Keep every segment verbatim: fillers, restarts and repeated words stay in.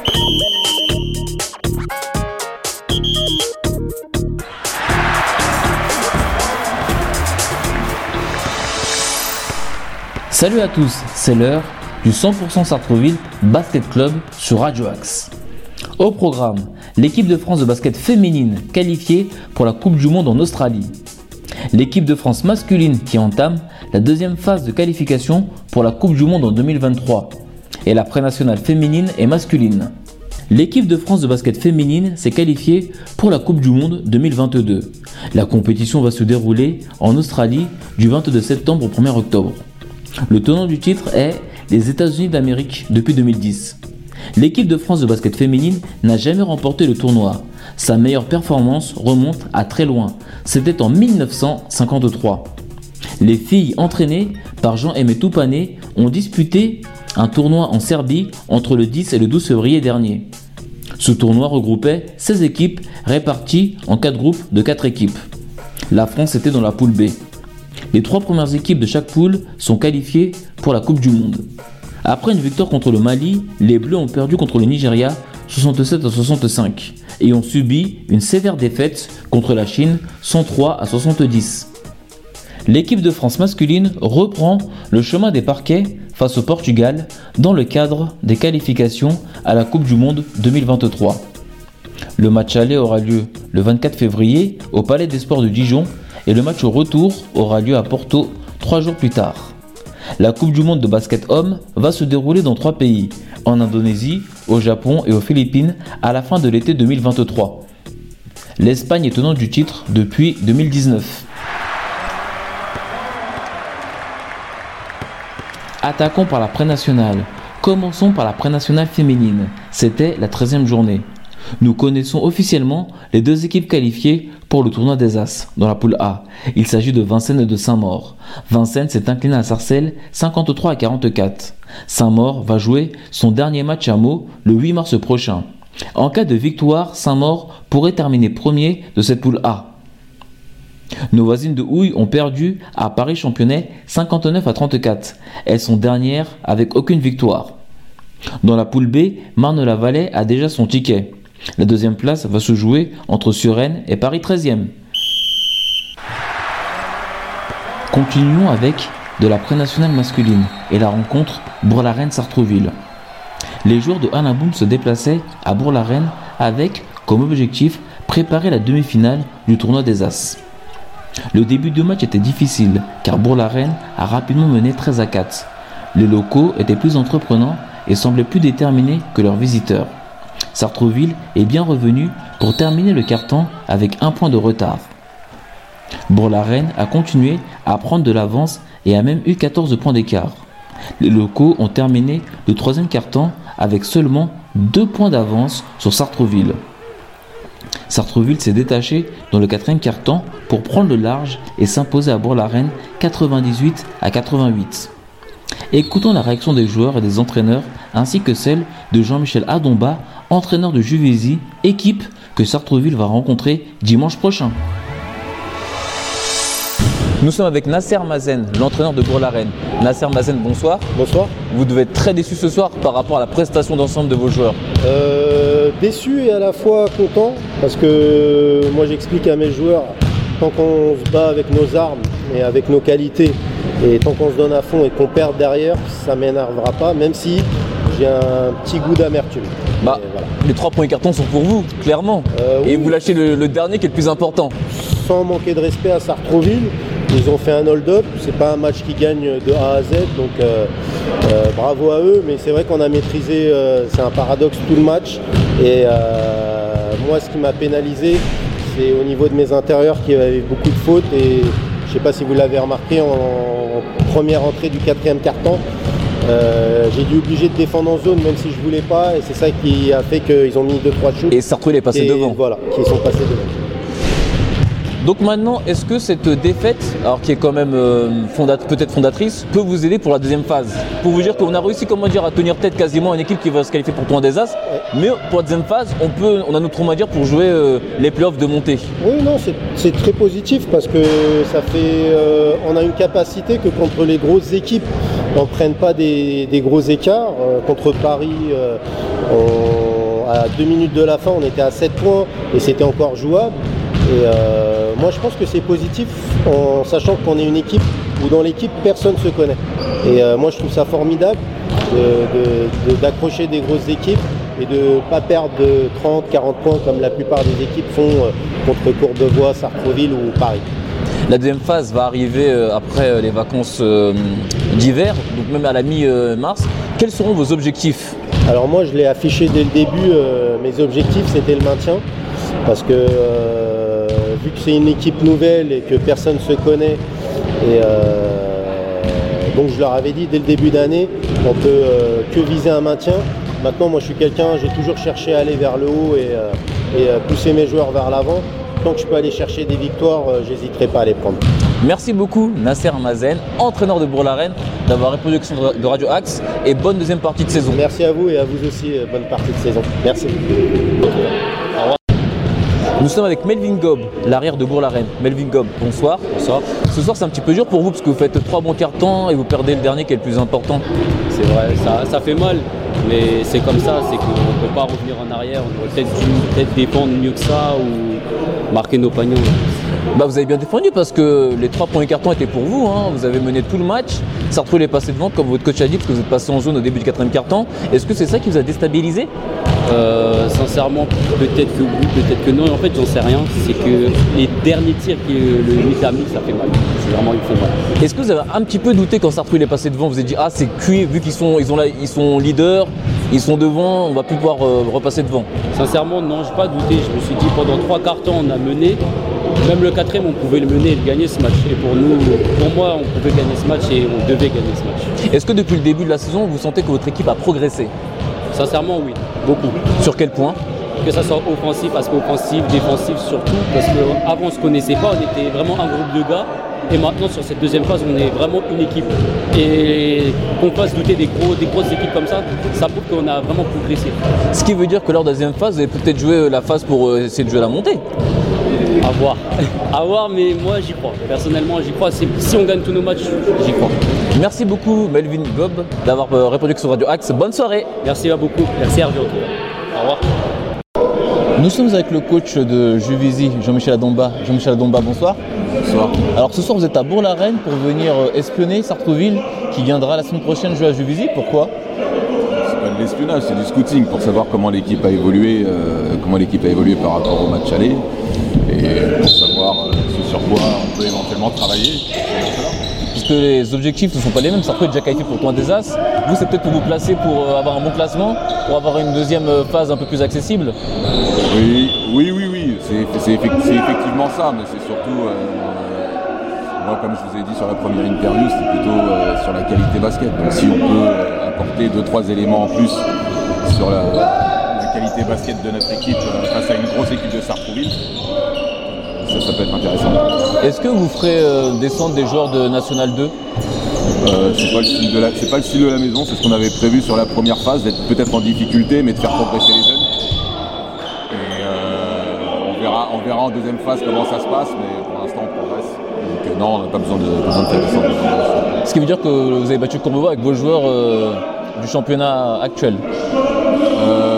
Salut à tous, c'est l'heure du cent pour cent Sartrouville Basket Club sur Radio Axe. Au programme, l'équipe de France de basket féminine qualifiée pour la Coupe du Monde en Australie. L'équipe de France masculine qui entame la deuxième phase de qualification pour la Coupe du Monde en deux mille vingt-trois. Et la pré-nationale féminine et masculine. L'équipe de France de basket féminine s'est qualifiée pour la Coupe du Monde deux mille vingt-deux. La compétition va se dérouler en Australie du vingt-deux septembre au premier octobre. Le tenant du titre est les États-Unis d'Amérique depuis deux mille dix. L'équipe de France de basket féminine n'a jamais remporté le tournoi. Sa meilleure performance remonte à très loin. C'était en mille neuf cent cinquante-trois. Les filles entraînées par Jean-Aimé Toupane ont disputé un tournoi en Serbie entre le dix et le douze février dernier. Ce tournoi regroupait seize équipes réparties en quatre groupes de quatre équipes. La France était dans la poule B. Les trois premières équipes de chaque poule sont qualifiées pour la Coupe du Monde. Après une victoire contre le Mali, les Bleus ont perdu contre le Nigeria soixante-sept à soixante-cinq et ont subi une sévère défaite contre la Chine cent trois à soixante-dix. L'équipe de France masculine reprend le chemin des parquets face au Portugal dans le cadre des qualifications à la Coupe du Monde deux mille vingt-trois. Le match aller aura lieu le vingt-quatre février au Palais des Sports de Dijon et le match au retour aura lieu à Porto trois jours plus tard. La Coupe du Monde de basket homme va se dérouler dans trois pays, en Indonésie, au Japon et aux Philippines à la fin de l'été deux mille vingt-trois. L'Espagne est tenante du titre depuis deux mille dix-neuf. Attaquons par la pré-nationale. Commençons par la pré-nationale féminine. C'était la treizième journée. Nous connaissons officiellement les deux équipes qualifiées pour le tournoi des As dans la poule A. Il s'agit de Vincennes et de Saint-Maur. Vincennes s'est incliné à Sarcelles cinquante-trois à quarante-quatre. Saint-Maur va jouer son dernier match à Meaux le huit mars prochain. En cas de victoire, Saint-Maur pourrait terminer premier de cette poule A. Nos voisines de Houille ont perdu à Paris Championnet cinquante-neuf à trente-quatre. Elles sont dernières avec aucune victoire. Dans la poule B, Marne-la-Vallée a déjà son ticket. La deuxième place va se jouer entre Suresnes et Paris treizième. Continuons avec de la pré-nationale masculine et la rencontre Bourg-la-Reine-Sartrouville. Les joueurs de Alain Boum se déplaçaient à Bourg-la-Reine avec comme objectif préparer la demi-finale du tournoi des As. Le début du match était difficile car Bourg-la-Reine a rapidement mené treize à quatre. Les locaux étaient plus entreprenants et semblaient plus déterminés que leurs visiteurs. Sartrouville est bien revenu pour terminer le quart-temps avec un point de retard. Bourg-la-Reine a continué à prendre de l'avance et a même eu quatorze points d'écart. Les locaux ont terminé le troisième quart-temps avec seulement deux points d'avance sur Sartrouville. Sartrouville s'est détaché dans le quatrième quart-temps pour prendre le large et s'imposer à Bourg-la-Reine quatre-vingt-dix-huit à quatre-vingt-huit. Écoutons la réaction des joueurs et des entraîneurs ainsi que celle de Jean-Michel Adonba, entraîneur de Juvisy, équipe que Sartrouville va rencontrer dimanche prochain. Nous sommes avec Nasser Mazen, l'entraîneur de Bourg-la-Reine. Nasser Mazen, bonsoir. Bonsoir. Vous devez être très déçu ce soir par rapport à la prestation d'ensemble de vos joueurs. Euh, déçu et à la fois content parce que moi j'explique à mes joueurs, tant qu'on se bat avec nos armes et avec nos qualités et tant qu'on se donne à fond et qu'on perd derrière, ça ne m'énervera pas, même si j'ai un petit goût d'amertume. Bah, voilà. Les trois premiers cartons sont pour vous, clairement. Euh, oui. Et vous lâchez le, le dernier qui est le plus important. Sans manquer de respect à Sartrouville, ils ont fait un hold-up. C'est pas un match qui gagne de A à Z, donc euh, euh, bravo à eux. Mais c'est vrai qu'on a maîtrisé, euh, c'est un paradoxe, tout le match. Et euh, moi, ce qui m'a pénalisé, c'est au niveau de mes intérieurs qui avaient beaucoup de fautes. Et je sais pas si vous l'avez remarqué, en, en première entrée du quatrième quart-temps, Euh, j'ai dû obliger de défendre en zone même si je voulais pas et c'est ça qui a fait qu'ils ont mis deux trois shoots. Et Sartrouville est passé et devant. Voilà, qui sont passés devant. Donc maintenant, est-ce que cette défaite, alors qui est quand même euh, fondat- peut-être fondatrice, peut vous aider pour la deuxième phase? Pour vous dire qu'on a réussi, comment dire, à tenir tête quasiment à une équipe qui va se qualifier pour le tournoi des As, ouais. Mais pour la deuxième phase, on, peut, on a notre mot à dire pour jouer euh, les playoffs de montée. Oui, non, c'est, c'est très positif parce que ça fait, euh, on a une capacité que contre les grosses équipes, on ne prenne pas des, des gros écarts. Euh, contre Paris, euh, on à deux minutes de la fin, on était à sept points et c'était encore jouable. Et euh, moi, je pense que c'est positif en sachant qu'on est une équipe où dans l'équipe, personne ne se connaît. Et euh, moi, je trouve ça formidable de, de, de, d'accrocher des grosses équipes et de ne pas perdre de trente à quarante points comme la plupart des équipes font euh, contre Courbevoie, Sartrouville ou Paris. La deuxième phase va arriver après les vacances d'hiver, donc même à la mi-mars. Quels seront vos objectifs ? Alors moi, je l'ai affiché dès le début, euh, mes objectifs, c'était le maintien. Parce que euh, vu que c'est une équipe nouvelle et que personne ne se connaît, et euh, donc je leur avais dit dès le début d'année, on peut euh, que viser un maintien. Maintenant, moi je suis quelqu'un, j'ai toujours cherché à aller vers le haut et, euh, et euh, pousser mes joueurs vers l'avant. Tant que je peux aller chercher des victoires, euh, j'hésiterai pas à les prendre. Merci beaucoup Nasser Mazen, entraîneur de Bourg-la-Reine, d'avoir répondu aux questions de Radio Axe et bonne deuxième partie de saison. Merci à vous et à vous aussi, euh, bonne partie de saison. Merci. Au revoir. Nous sommes avec Melvin Gob, l'arrière de Bourg-la-Reine. Melvin Gob, bonsoir. Bonsoir. Ce soir, c'est un petit peu dur pour vous parce que vous faites trois bons cartons et vous perdez le dernier qui est le plus important. C'est vrai, ça, ça fait mal, mais c'est comme ça, c'est qu'on ne peut pas revenir en arrière. On aurait peut-être dû peut-être défendre mieux que ça ou marquer nos paniers. Bah, vous avez bien défendu parce que les trois premiers cartons étaient pour vous. Hein. Vous avez mené tout le match. Sartrouville est passé devant, comme votre coach a dit, parce que vous êtes passé en zone au début du quatrième carton. Est-ce que c'est ça qui vous a déstabilisé ? Euh, sincèrement, peut-être que oui, peut-être que non. Et en fait, j'en sais rien. C'est que les derniers tirs que le huit a mis, ça fait mal. C'est vraiment, ils font mal. Est-ce que vous avez un petit peu douté quand Sartrouville est passé devant ? Vous vous êtes dit, ah, c'est cuit, vu qu'ils sont, ils ont la, ils sont leaders, ils sont devant, on va plus pouvoir euh, repasser devant. Sincèrement, non, je n'ai pas douté. Je me suis dit, pendant trois cartons, on a mené. Même le quatrième, on pouvait le mener et le gagner ce match. Et pour nous, pour moi, on pouvait gagner ce match et on devait gagner ce match. Est-ce que depuis le début de la saison, vous sentez que votre équipe a progressé ? Sincèrement, oui, beaucoup. Sur quel point ? Que ça soit offensif, aspect offensif, défensif surtout, parce qu'avant on ne se connaissait pas, on était vraiment un groupe de gars. Et maintenant, sur cette deuxième phase, on est vraiment une équipe. Et qu'on fasse douter des, gros, des grosses équipes comme ça, ça prouve qu'on a vraiment progressé. Ce qui veut dire que lors de la deuxième phase, vous avez peut-être joué la phase pour essayer de jouer la montée. À voir. À voir, mais moi j'y crois. Personnellement, j'y crois. Si on gagne tous nos matchs, j'y crois. Merci beaucoup, Melvin Gob, d'avoir répondu sur Radio Axe. Bonne soirée. Merci à beaucoup. Merci Hervé. Au revoir. Nous sommes avec le coach de Juvisy, Jean-Michel Adomba. Jean-Michel Adomba, bonsoir. Bonsoir. Alors ce soir, vous êtes à Bourg-la-Reine pour venir espionner Sartrouville, qui viendra la semaine prochaine jouer à Juvisy. Pourquoi ? C'est pas de l'espionnage, c'est du scouting pour savoir comment l'équipe a évolué, euh, comment l'équipe a évolué par rapport au match aller, et pour savoir euh, ce sur quoi on peut éventuellement travailler. Puisque les objectifs ne sont pas les mêmes, Sartrouville est déjà qualifié pour le tournoi des As. Vous, c'est peut-être pour vous placer pour euh, avoir un bon classement, pour avoir une deuxième phase un peu plus accessible. Oui, oui, oui, oui. C'est, c'est, effect, c'est effectivement ça, mais c'est surtout, euh, moi comme je vous ai dit sur la première interview, c'est plutôt euh, sur la qualité basket. Donc si on peut euh, apporter deux trois éléments en plus sur la, la qualité basket de notre équipe euh, face à une grosse équipe de Sartrouville, ça, ça peut être intéressant. Est-ce que vous ferez euh, descendre des joueurs de National deux ? Euh, c'est pas le style de la, c'est pas le style de la maison, c'est ce qu'on avait prévu sur la première phase, d'être peut-être en difficulté, mais de faire progresser les jeunes. Et euh, on verra, on verra en deuxième phase comment ça se passe, mais pour l'instant on progresse. Donc euh, non, on n'a pas besoin de, pas besoin de faire descendre. Ce qui veut dire que vous avez battu Courbevoie avec vos joueurs euh, du championnat actuel. Euh,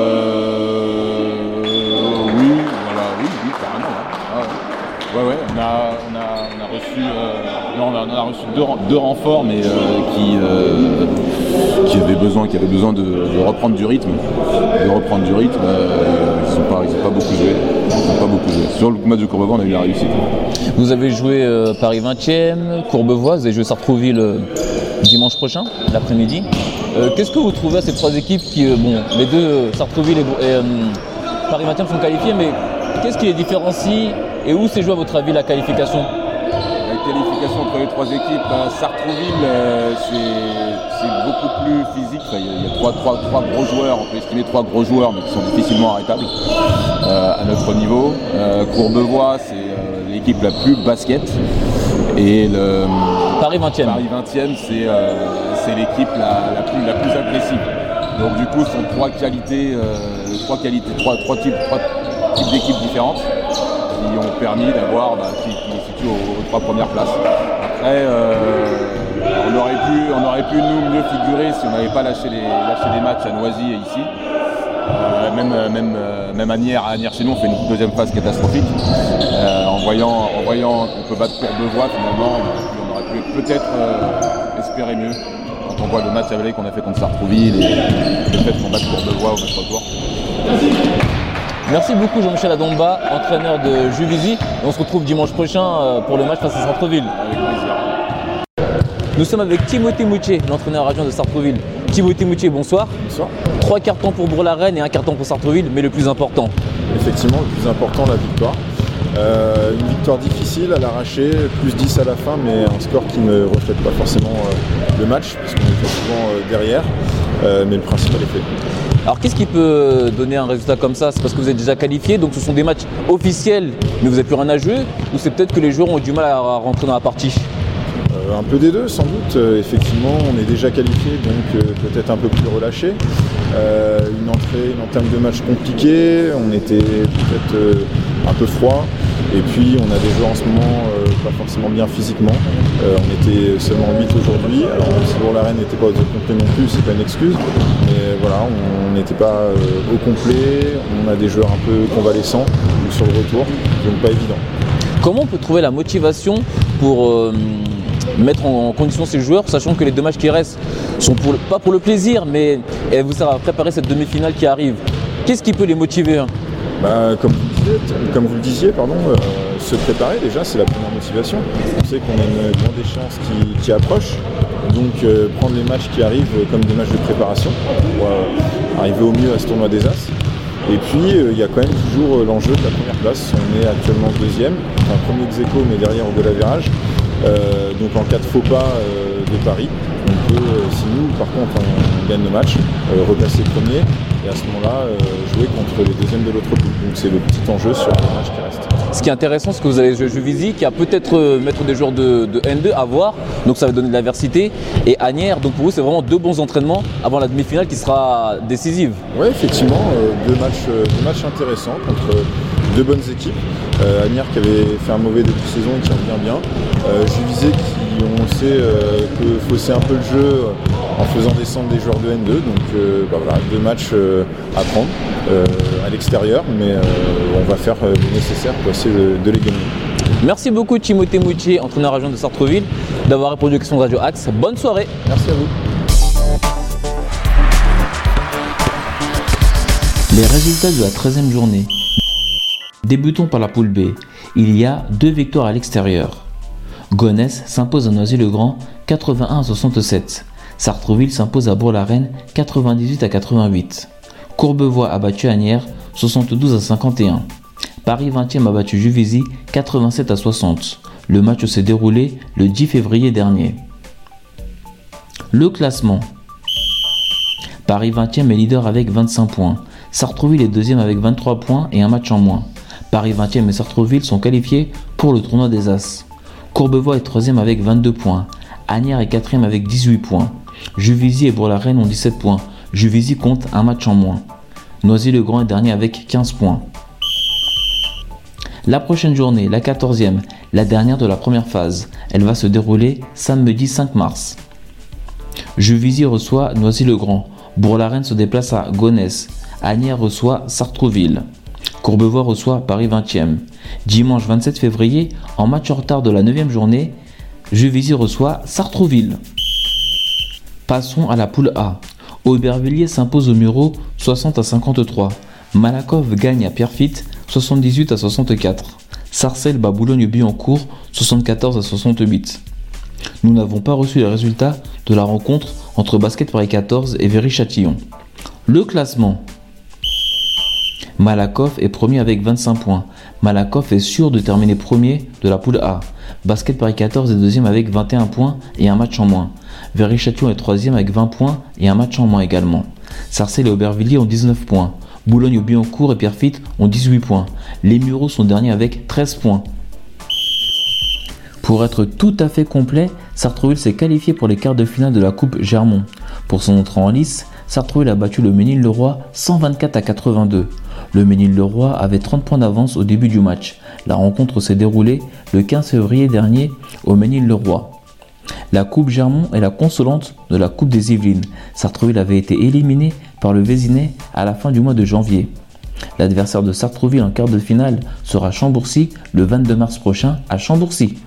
oui, voilà, oui, oui, carrément. Ouais, ouais, ouais, on a, on a, on a reçu, euh, non, on a, on a reçu deux, deux renforts, mais euh, qui, euh, qui avaient besoin, qui avaient besoin de, de reprendre du rythme, de reprendre du rythme. Euh, ils n'ont pas, ils ont pas beaucoup joué, ils ont pas beaucoup joué. Sur le match de Courbevoie, on a eu la réussite. Vous avez joué euh, Paris vingtième, Courbevoie, vous avez joué Sartrouville euh, dimanche prochain, l'après-midi. Euh, qu'est-ce que vous trouvez à ces trois équipes qui, euh, bon, les deux, euh, Sartrouville et, et euh, Paris vingtième sont qualifiés, mais qu'est-ce qui les différencie et où s'est joué à votre avis la qualification ? La qualification entre les trois équipes, à Sartrouville, euh, c'est, c'est beaucoup plus physique. Enfin, il y a, il y a trois, trois, trois gros joueurs, on peut estimer trois gros joueurs, mais qui sont difficilement arrêtables euh, à notre niveau. Euh, Courbevoie, c'est euh, l'équipe la plus basket. Et le Paris vingtième, Paris vingtième, c'est, euh, c'est l'équipe la, la, plus, la plus agressive. Donc du coup, ce sont trois qualités, euh, trois qualités, trois, trois types, trois types d'équipes différentes qui ont permis d'avoir, bah, qui, qui se situent aux, aux trois premières places. Après, euh, on aurait pu, on aurait pu nous mieux figurer si on n'avait pas lâché les, lâché les matchs à Noisy et ici. Euh, même, même, euh, même Asnières, Asnières chez nous, on fait une deuxième phase catastrophique. Euh, en voyant, en voyant qu'on peut battre Courbevoie, finalement, on aurait pu, on aurait pu peut-être euh, espérer mieux. Quand on voit le match avec qu'on a fait contre Sartrouville et le fait qu'on batte Courbevoie au match retour. Merci beaucoup Jean-Michel Adomba, entraîneur de Juvisy. Et on se retrouve dimanche prochain pour le match face à Sartrouville. Avec plaisir. Nous sommes avec Timothée Moutier, l'entraîneur adjoint de Sartrouville. Timothée Moutier, bonsoir. Bonsoir. Trois cartons pour Bourg-la-Reine et un carton pour Sartrouville, mais le plus important. Effectivement, le plus important, la victoire. Euh, une victoire difficile à l'arraché, plus dix à la fin, mais un score qui ne reflète pas forcément euh, le match, puisqu'on est souvent euh, derrière, euh, mais le principal est fait. Alors qu'est-ce qui peut donner un résultat comme ça? C'est parce que vous êtes déjà qualifié, donc ce sont des matchs officiels, mais vous n'avez plus rien à jouer, ou c'est peut-être que les joueurs ont du mal à rentrer dans la partie? euh, Un peu des deux, sans doute. Euh, effectivement, on est déjà qualifié, donc euh, peut-être un peu plus relâché. Euh, une entrée, une entame de match compliquée, on était peut-être euh, un peu froid. Et puis on a des joueurs en ce moment euh, pas forcément bien physiquement. Euh, on était seulement huit aujourd'hui. Alors même si Bourg-la-Reine n'était pas au complet non plus, c'est pas une excuse. Mais voilà, on n'était pas euh, au complet. On a des joueurs un peu convalescents ou sur le retour, donc pas évident. Comment on peut trouver la motivation pour euh, mettre en condition ces joueurs, sachant que les deux matchs qui restent sont pour le, pas pour le plaisir, mais vous savez préparer cette demi-finale qui arrive? Qu'est-ce qui peut les motiver? hein Bah, comme, vous disiez, comme vous le disiez, pardon, euh, se préparer déjà, c'est la première motivation. On sait qu'on a une grande échéance qui, qui approche, donc euh, prendre les matchs qui arrivent comme des matchs de préparation pour euh, arriver au mieux à ce tournoi des As. Et puis il euh, y a quand même toujours euh, l'enjeu de la première place. On est actuellement deuxième, enfin premier ex-aequo, mais derrière au goal average. Euh, donc en cas de faux pas euh, de Paris, on peut, euh, si nous par contre on, on gagne le match, euh, repasser premier et à ce moment-là euh, jouer contre les deuxièmes de l'autre poule. Donc c'est le petit enjeu sur le match qui reste. Ce qui est intéressant, c'est que vous avez Juvisy qui a peut-être euh, mettre des joueurs de, de N deux à voir, donc ça va donner de l'aversité. Et Asnières, donc pour vous c'est vraiment deux bons entraînements avant la demi-finale qui sera décisive. Oui, effectivement, euh, deux, matchs, euh, deux matchs intéressants contre euh, deux bonnes équipes. Euh, Asnières qui avait fait un mauvais début de saison et qui revient bien. Euh, Juvisy qui, on sait, euh, peut fausser un peu le jeu euh, en faisant descendre des joueurs de N deux. Donc euh, bah voilà, deux matchs euh, à prendre euh, à l'extérieur, mais euh, on va faire euh, le nécessaire pour essayer de, de les gagner. Merci beaucoup Timothée Moutier, entraîneur adjoint de Sartrouville, d'avoir répondu aux questions de Radio Axe. Bonne soirée. Merci à vous. Les résultats de la treizième journée. Débutons par la poule B. Il y a deux victoires à l'extérieur. Gonesse s'impose à Noisy-le-Grand quatre-vingt-un à soixante-sept. Sartrouville s'impose à Bourg-la-Reine quatre-vingt-dix-huit à quatre-vingt-huit. Courbevoie a battu Asnières soixante-douze à cinquante et un. Paris vingtième a battu Juvisy quatre-vingt-sept à soixante. Le match s'est déroulé le dix février dernier. Le classement. Paris vingtième est leader avec vingt-cinq points. Sartrouville est deuxième avec vingt-trois points et un match en moins. Paris vingtième et Sartrouville sont qualifiés pour le tournoi des As. Courbevoie est troisième avec vingt-deux points. Asnières est quatrième avec dix-huit points. Juvisy et Bourg-la-Reine ont dix-sept points. Juvisy compte un match en moins. Noisy-le-Grand est dernier avec quinze points. La prochaine journée, la quatorzième, la dernière de la première phase. Elle va se dérouler samedi cinq mars. Juvisy reçoit Noisy-le-Grand. Bourg-la-Reine se déplace à Gonesse. Asnières reçoit Sartrouville. Courbevoie reçoit Paris vingtième. Dimanche vingt-sept février, en match en retard de la neuvième journée, Juvisy reçoit Sartrouville. Passons à la poule A. Aubervilliers s'impose au Muro soixante à cinquante-trois. Malakoff gagne à Pierrefitte soixante-dix-huit à soixante-quatre. Sarcelles bat Boulogne-Billancourt soixante-quatorze à soixante-huit. Nous n'avons pas reçu les résultats de la rencontre entre Basket Paris quatorze et Véry-Châtillon. Le classement. Malakoff est premier avec vingt-cinq points. Malakoff est sûr de terminer premier de la poule A. Basket Paris quatorze est deuxième avec vingt et un points et un match en moins. Véry-Châtillon est troisième avec vingt points et un match en moins également. Sarcelles et Aubervilliers ont dix-neuf points. Boulogne-Billancourt et Pierrefitte ont dix-huit points. Les Mureaux sont derniers avec treize points. Pour être tout à fait complet, Sartrouville s'est qualifié pour les quarts de finale de la Coupe Germont. Pour son entrée en lice, Sartrouville a battu le Ménil-le-Roi cent vingt-quatre à quatre-vingt-deux. Le Ménil-le-Roi avait trente points d'avance au début du match. La rencontre s'est déroulée le quinze février dernier au Ménil-le-Roi. La Coupe Germont est la consolante de la Coupe des Yvelines. Sartrouville avait été éliminé par par le Vézinais à la fin du mois de janvier. L'adversaire de Sartrouville en quart de finale sera Chambourcy le vingt-deux mars prochain à Chambourcy.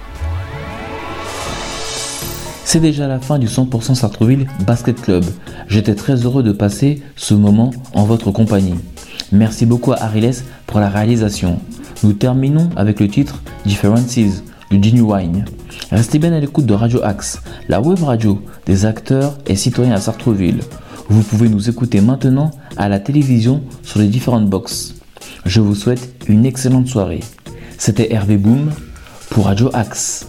C'est déjà la fin du cent pour cent Sartrouville Basket Club. J'étais très heureux de passer ce moment en votre compagnie. Merci beaucoup à Ariles pour la réalisation. Nous terminons avec le titre Differences de Genuine. Restez bien à l'écoute de Radio Axe, la web radio des acteurs et citoyens à Sartrouville. Vous pouvez nous écouter maintenant à la télévision sur les différentes boxes. Je vous souhaite une excellente soirée. C'était Hervé Boom pour Radio Axe.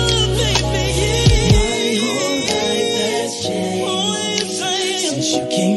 You can't